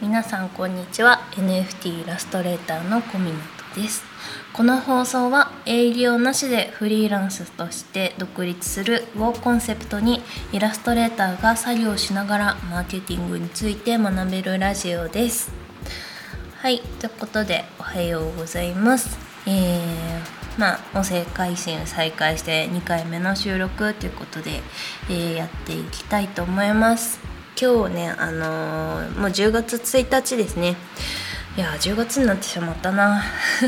皆さんこんにちは。 NFT イラストレーターの小湊です。この放送は営業なしでフリーランスとして独立するをコンセプトに、イラストレーターが作業しながらマーケティングについて学べるラジオです。はい、ということでおはようございます。音声配信再開して2回目の収録ということで、やっていきたいと思います。今日ね、もう10月1日ですね。いや10月になってしまったな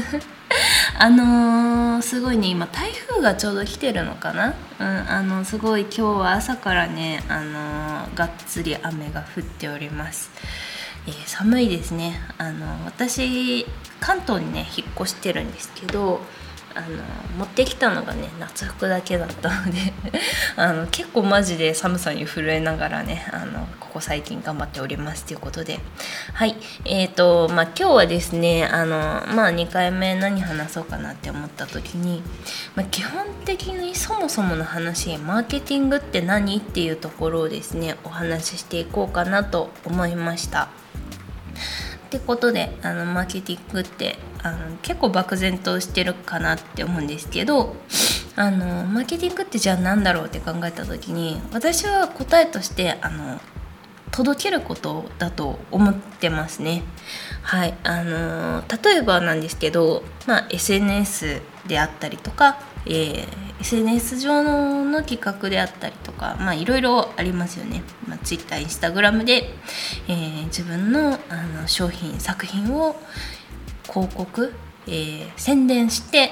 すごいね、今台風がちょうど来てるのかな。すごい今日は朝からね、がっつり雨が降っております。寒いですね。私関東にね引っ越してるんですけど、持ってきたのがね夏服だけだったので結構マジで寒さに震えながらねここ最近頑張っておりますということで、はい。今日はですね2回目何話そうかなって思った時に、基本的にそもそもの話、マーケティングって何っていうところをですねお話ししていこうかなと思いました。ってことでマーケティングって結構漠然としてるかなって思うんですけど、マーケティングってじゃあ何だろうって考えた時に、私は答えとして届けることだと思ってますね。はい。例えばなんですけど、SNS であったりとか、SNS 上の企画であったりとか、いろいろありますよね。Twitter、Instagram で、自分の商品作品を広告、宣伝して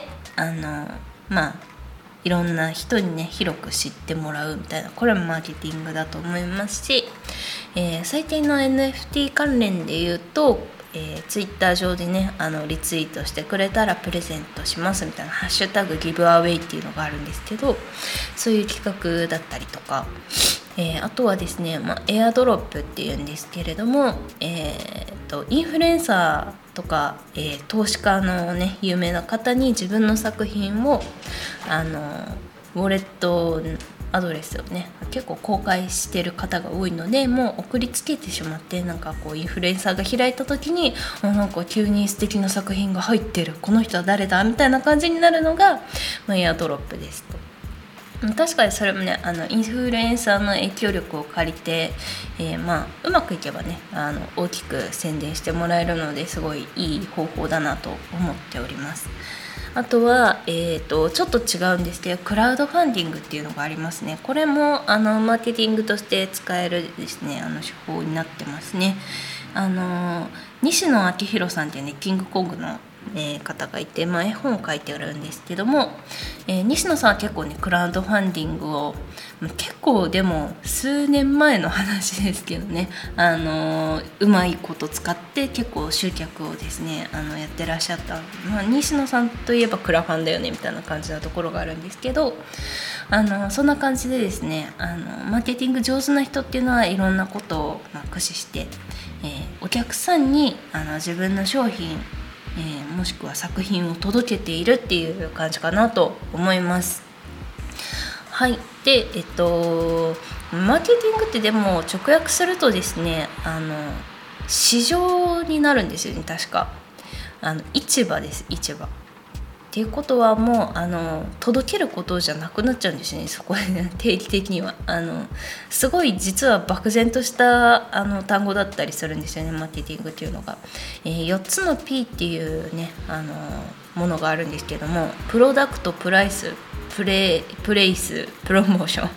いろんな人にね広く知ってもらうみたいな、これもマーケティングだと思いますし、最近の NFT 関連で言うと、Twitter 上でねリツイートしてくれたらプレゼントしますみたいなハッシュタグギブアウェイっていうのがあるんですけど、そういう企画だったりとか、あとはですね、エアドロップっていうんですけれども、インフルエンサーとか、投資家のね有名な方に自分の作品をウォレットアドレスをね結構公開してる方が多いので、もう送りつけてしまって、インフルエンサーが開いた時に急に素敵な作品が入ってる、この人は誰だみたいな感じになるのが、エアドロップですと。確かにそれもねインフルエンサーの影響力を借りて、うまくいけばね大きく宣伝してもらえるので、すごいいい方法だなと思っております。あとは、ちょっと違うんですけど、クラウドファンディングっていうのがありますね。これもマーケティングとして使えるですね手法になってますね。西野昭弘さんっていうねキングコングの方がいて、絵本を書いてあるんですけども、西野さんは結構ねクラウドファンディングを結構でも数年前の話ですけどねうまいこと使って結構集客をですねやってらっしゃった、西野さんといえばクラファンだよねみたいな感じなところがあるんですけど、そんな感じでですねマーケティング上手な人っていうのはいろんなことを駆使して、お客さんに自分の商品もしくは作品を届けているっていう感じかなと思います。はい。でマーケティングってでも直訳するとですね市場になるんですよね。確か市場です。市場っていうことはもう届けることじゃなくなっちゃうんですね。そこで、ね、定義的にはすごい実は漠然とした単語だったりするんですよね、マーケティングっていうのが。4つの P っていうねものがあるんですけども、プロダクト、プライス、プレイス、プロモーション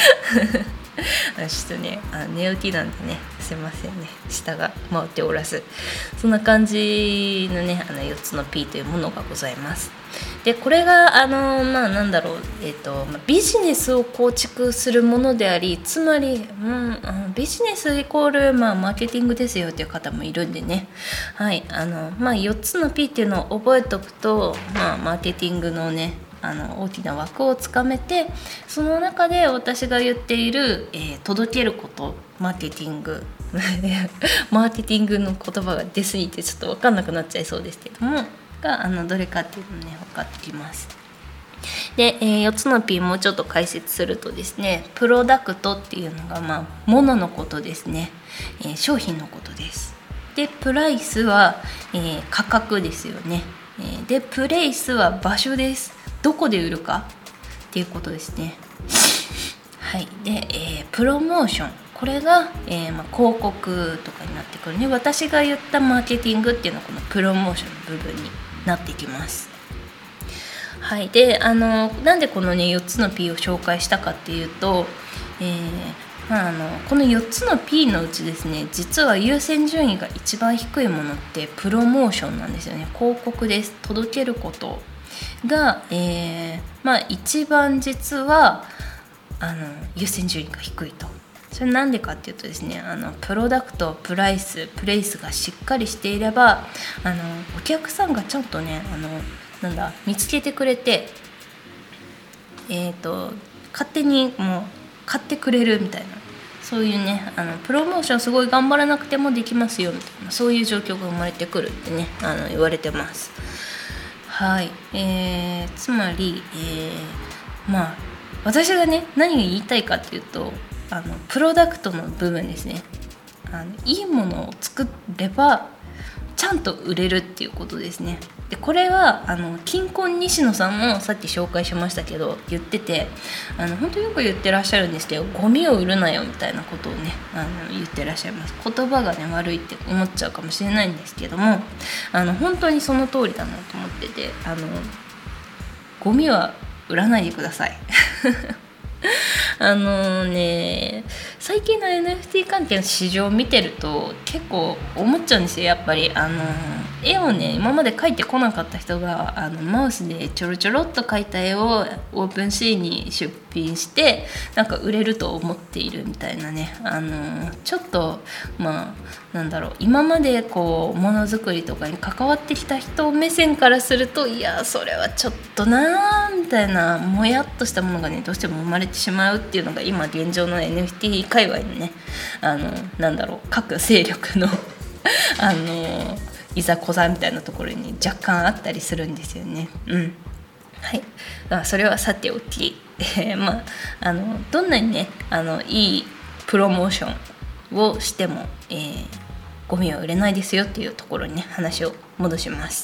ちょっとね寝起きなんでねすいませんね、舌が回っておらず、そんな感じのね4つの P というものがございます。でこれがビジネスを構築するものであり、つまり、ビジネスイコール、マーケティングですよっていう方もいるんでね、はい。4つの P っていうのを覚えておくと、マーケティングのね大きな枠をつかめて、その中で私が言っている、届けること、マーケティングマーケティングの言葉が出過ぎてちょっと分かんなくなっちゃいそうですけどもがどれかっていうのね分かってきます。で、4つの P もうちょっと解説するとですね、プロダクトっていうのが物のことですね、商品のことです。 でプライスは、価格ですよね。でプレイスは場所です。どこで売るかっていうことですね。はい。で、プロモーション、これが、広告とかになってくるね。私が言ったマーケティングっていうのはこのプロモーションの部分になってきます。はい。でなんでこのね4つの P を紹介したかっていうと、この4つの P のうちですね、実は優先順位が一番低いものってプロモーションなんですよね。広告です。届けることが、一番実は優先順位が低いと。それなんでかっていうとですね、プロダクト、プレイスがしっかりしていればお客さんがちゃんとね見つけてくれて、勝手にもう買ってくれるみたいな、そういうねプロモーションすごい頑張らなくてもできますよみたいな、そういう状況が生まれてくるってね言われてます。はい。つまり、私がね何が言いたいかっていうとプロダクトの部分ですね。いいものを作ればちゃんと売れるっていうことですね。でこれは金婚西野さんもさっき紹介しましたけど言ってて本当よく言ってらっしゃるんですけど、ゴミを売るなよみたいなことをね言ってらっしゃいます。言葉がね悪いって思っちゃうかもしれないんですけども本当にその通りだなと思っててゴミは売らないでください最近の NFT 関係の市場を見てると結構思っちゃうんですよ。やっぱり絵をね今まで描いてこなかった人がマウスでちょろちょろっと描いた絵をオープンシーに出品して売れると思っているみたいなねちょっと今までこうものづくりとかに関わってきた人目線からすると、いやそれはちょっとなーみたいなもやっとしたものがねどうしても生まれてしまうっていうのが今現状の NFT 界隈のね各勢力のいざこざみたいなところに若干あったりするんですよね。はい。それはさておき、どんなにねいいプロモーションをしても、ゴミは売れないですよっていうところにね話を戻します。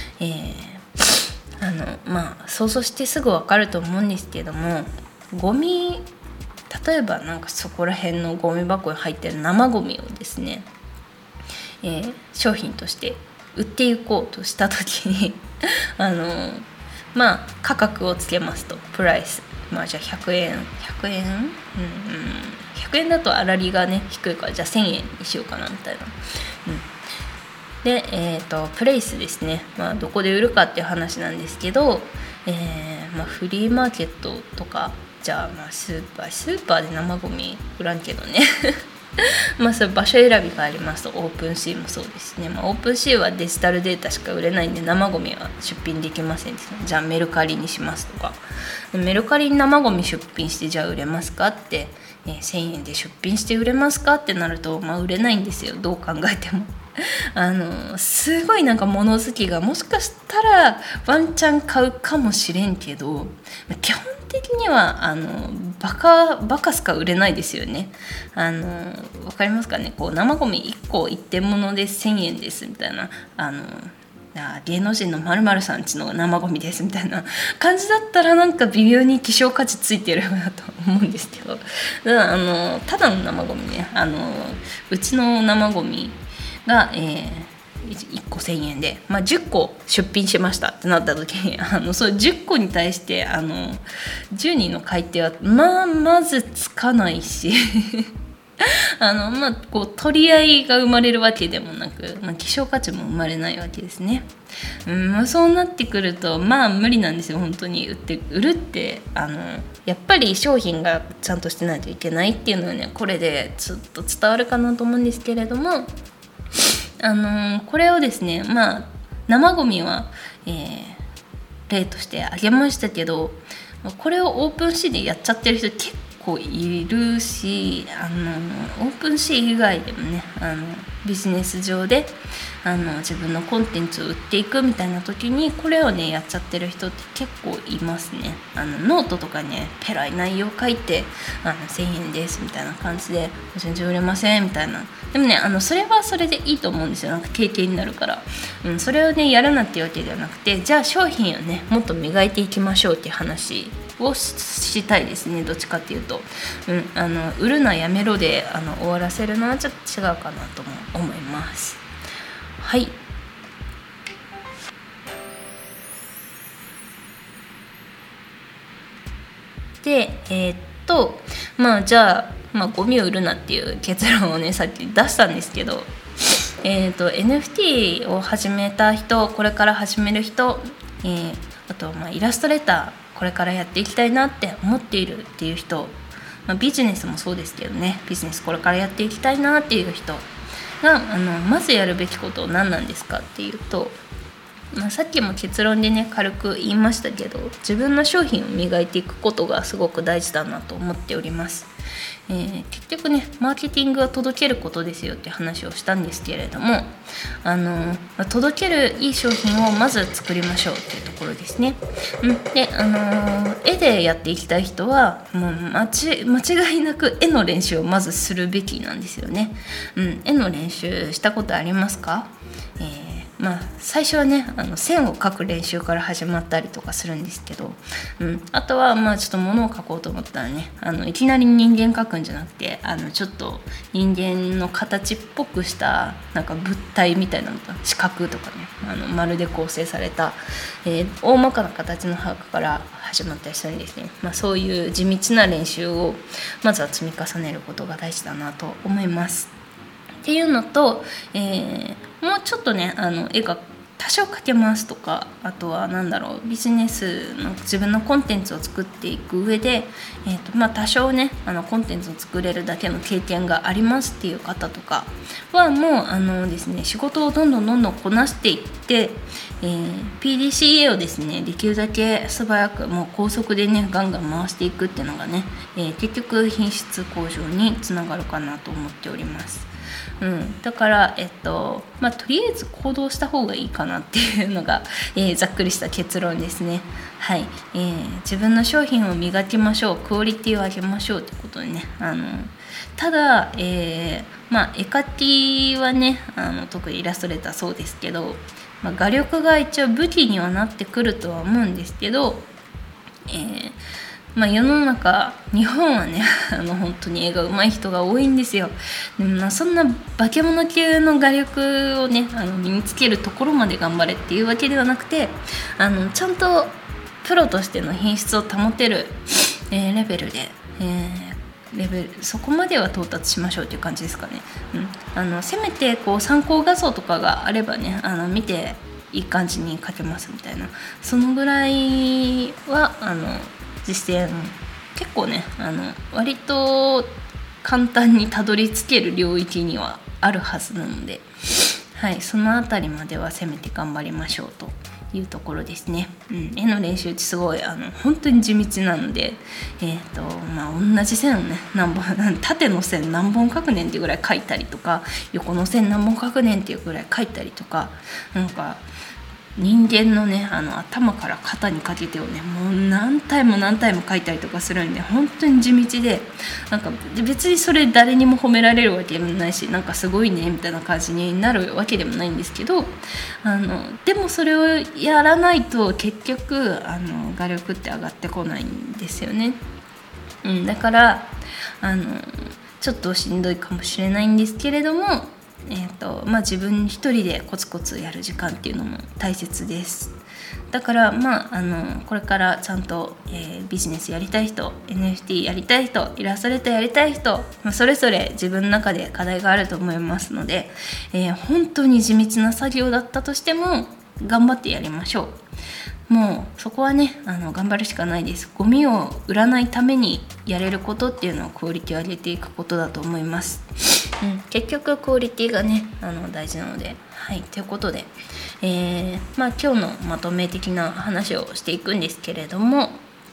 想像してすぐ分かると思うんですけども、ゴミ例えばそこら辺のゴミ箱に入ってる生ゴミをですね、商品として売っていこうとした時に価格をつけますと、プライスじゃあ100円100円だと粗利がね低いから、じゃあ1000円にしようかなみたいな。で、プレイスですね、どこで売るかっていう話なんですけど、フリーマーケットとか、じゃあスーパーで生ゴミ売らんけどねそういう場所選びがありますと、オープンシーもそうですね。オープンシーはデジタルデータしか売れないんで生ゴミは出品できませんですね。じゃあメルカリにしますとか、メルカリに生ゴミ出品してじゃあ売れますかって、1000円で出品して売れますかってなると、売れないんですよ、どう考えてもすごい物好きがもしかしたらワンチャン買うかもしれんけど、基本的にはバカしか売れないですよね。わかりますかね。こう生ゴミ1個一点物で1000円ですみたいな、芸能人の〇〇さんちの生ゴミですみたいな感じだったら微妙に希少価値ついてるなと思うんですけど、ただの生ゴミね、うちの生ゴミが、1個1000円で、10個出品しましたってなった時にそう10個に対して10人の買い手はまずつかないし取り合いが生まれるわけでもなく、希少価値も生まれないわけですね。そうなってくると無理なんですよ本当に。売るってやっぱり商品がちゃんとしてないといけないっていうのはね、これでちょっと伝わるかなと思うんですけれども、これをですね生ゴミは、例として挙げましたけど、これをオープンシーでやっちゃってる人結構いるし、オープンシー以外でもねビジネス上で自分のコンテンツを売っていくみたいな時にこれをねやっちゃってる人って結構いますね。ノートとかねペライ内容書いて1000円ですみたいな感じで全然売れませんみたいな。でもねそれはそれでいいと思うんですよ。なんか経験になるから、それをねやるなっていうわけではなくて、じゃあ商品をねもっと磨いていきましょうっていう話をしたいですね。どっちかっていうと、売るなやめろで終わらせるのはちょっと違うかなとも思います。はい。でじゃあ、ゴミを売るなっていう結論をねさっき出したんですけど、NFT を始めた人、これから始める人、あとイラストレーターこれからやっていきたいなって思っているっていう人、ビジネスもそうですけどね、ビジネスこれからやっていきたいなっていう人がまずやるべきことは何なんですかっていうと、さっきも結論でね軽く言いましたけど、自分の商品を磨いていくことがすごく大事だなと思っております。結局ねマーケティングは届けることですよって話をしたんですけれども、届けるいい商品をまず作りましょうっていうところですね。で絵でやっていきたい人はもう間違いなく絵の練習をまずするべきなんですよね。絵の練習したことありますか？最初はね線を描く練習から始まったりとかするんですけど、あとはちょっと物を描こうと思ったらねいきなり人間描くんじゃなくてちょっと人間の形っぽくしたなんか物体みたいなのと四角とかね丸で構成された、大まかな形の把握から始まったりするんですね。そういう地道な練習をまずは積み重ねることが大事だなと思います。っていうのと、もうちょっとね絵が多少描けますとか、あとはビジネスの自分のコンテンツを作っていく上で、多少ねコンテンツを作れるだけの経験がありますっていう方とかはもうですね仕事をどんどんこなしていって、PDCA をですねできるだけ素早くもう高速でねガンガン回していくっていうのがね、結局品質向上につながるかなと思っております。だから、とりあえず行動した方がいいかなっていうのが、ざっくりした結論ですね。はい、自分の商品を磨きましょう、クオリティを上げましょうってことでねただ、絵描きはね特にイラストレーターそうですけど、画力が一応武器にはなってくるとは思うんですけど、世の中日本はね本当に絵が上手い人が多いんですよ。でもそんな化け物級の画力をね身につけるところまで頑張れっていうわけではなくて、ちゃんとプロとしての品質を保てる、レベルで、そこまでは到達しましょうっていう感じですかね。せめて参考画像とかがあればね見ていい感じに描けますみたいな、そのぐらいは実践結構ね割と簡単にたどり着ける領域にはあるはずなので、そのあたりまではせめて頑張りましょうというところですね。絵の練習ってすごい本当に地道なので、同じ線をね縦の線何本描くねんっていうぐらい描いたりとか、横の線何本描くねんっていうぐらい描いたりとか、人間のね頭から肩にかけてをねもう何体も書いたりとかするんで、本当に地道で別にそれ誰にも褒められるわけでもないしすごいねみたいな感じになるわけでもないんですけど、でもそれをやらないと結局画力って上がってこないんですよね。だからちょっとしんどいかもしれないんですけれども、自分一人でコツコツやる時間っていうのも大切です。だからこれからちゃんと、ビジネスやりたい人、 NFT やりたい人、イラストレーターやりたい人、それぞれ自分の中で課題があると思いますので、本当に地道な作業だったとしても頑張ってやりましょう。もうそこはね頑張るしかないです。ゴミを売らないためにやれることっていうのはクオリティを上げていくことだと思います。結局クオリティがね大事なので、ということで、今日のまとめ的な話をしていくんですけれども、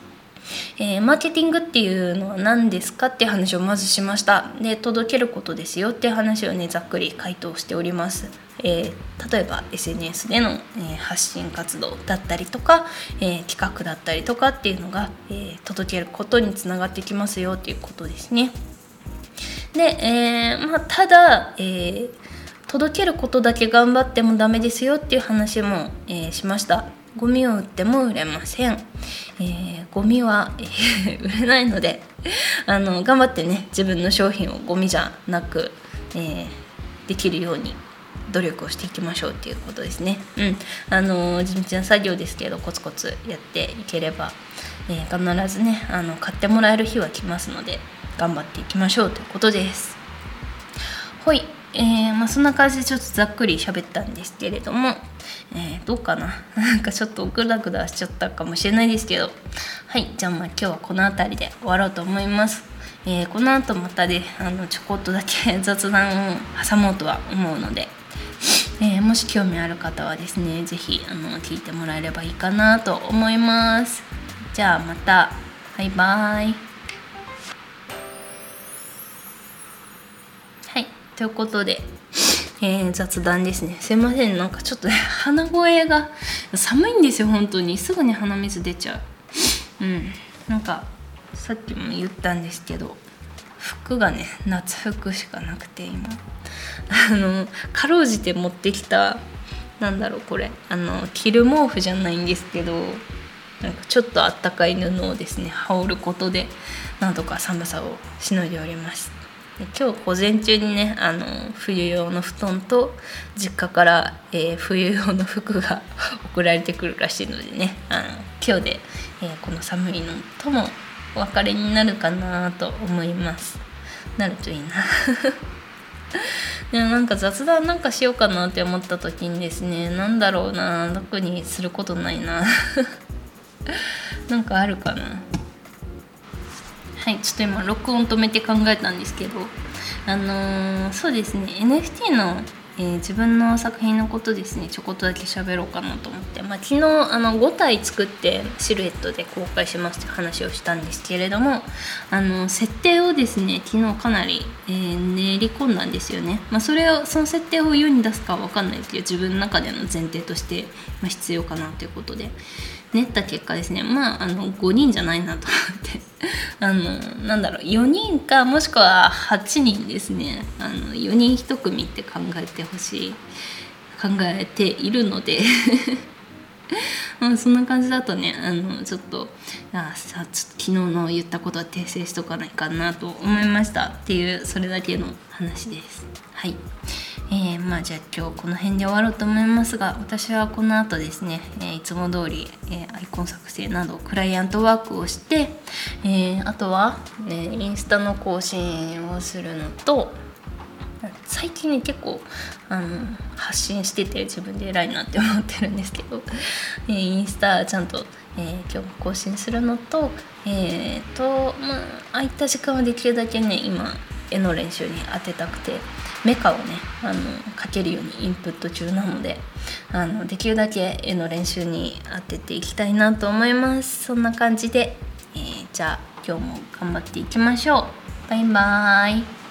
マーケティングっていうのは何ですかっていう話をまずしました。で、届けることですよっていう話をねざっくり回答しております。例えば SNS での、発信活動だったりとか、企画だったりとかっていうのが、届けることにつながってきますよっていうことですね。で、ただ、届けることだけ頑張ってもダメですよっていう話も、しました。ゴミを売っても売れません。ゴミは、売れないので頑張ってね自分の商品をゴミじゃなく、できるように努力をしていきましょうっていうことですね。地道な作業ですけどコツコツやっていければ、必ずね買ってもらえる日は来ますので頑張っていきましょうということです。ほい、そんな感じでちょっとざっくり喋ったんですけれども、どうかななんかちょっとグダグダしちゃったかもしれないですけど、はい、じゃあ今日はこの辺りで終わろうと思います。この後またでちょこっとだけ雑談を挟もうとは思うので、もし興味ある方はですねぜひ聞いてもらえればいいかなと思います。じゃあまた、バイバイ。はい、ということで、雑談ですね。すいません、なんかちょっと、鼻声が寒いんですよ。本当にすぐに鼻水出ちゃう。なんかさっきも言ったんですけど服がね夏服しかなくて今かろうじて持ってきたこれ着る毛布じゃないんですけどなんかちょっとあったかい布をですね羽織ることでなんとか寒さをしのいでおります。で今日午前中にね冬用の布団と実家から、冬用の服が送られてくるらしいのでね今日で、この寒いのともお別れになるかなと思います。なるといいなでもなんか雑談なんかしようかなって思った時にですね特にすることないななんかあるかな。はい、ちょっと今録音止めて考えたんですけどそうですね NFT の、自分の作品のことですねちょこっとだけ喋ろうかなと思って、昨日5体作ってシルエットで公開しますって話をしたんですけれども設定をですね昨日かなり、練り込んだんですよね。その設定を世に出すかは分かんないですけど自分の中での前提として、必要かなということで練った結果ですね5人じゃないなと思って4人かもしくは8人ですね4人1組って考えているのでそんな感じだとねちょっと昨日の言ったことは訂正しとかないかなと思いましたっていうそれだけの話です。はい、じゃあ今日この辺で終わろうと思いますが私はこの後ですね、いつも通り、アイコン作成などクライアントワークをして、あとは、インスタの更新をするのと最近ね結構発信してて自分で偉いなって思ってるんですけど、インスタちゃんと、今日も更新するのと空いた時間はできるだけね今絵の練習に当てたくてメカをね描けるようにインプット中なのでできるだけ絵の練習に当てていきたいなと思います。そんな感じで、じゃあ今日も頑張っていきましょう。バイバーイ。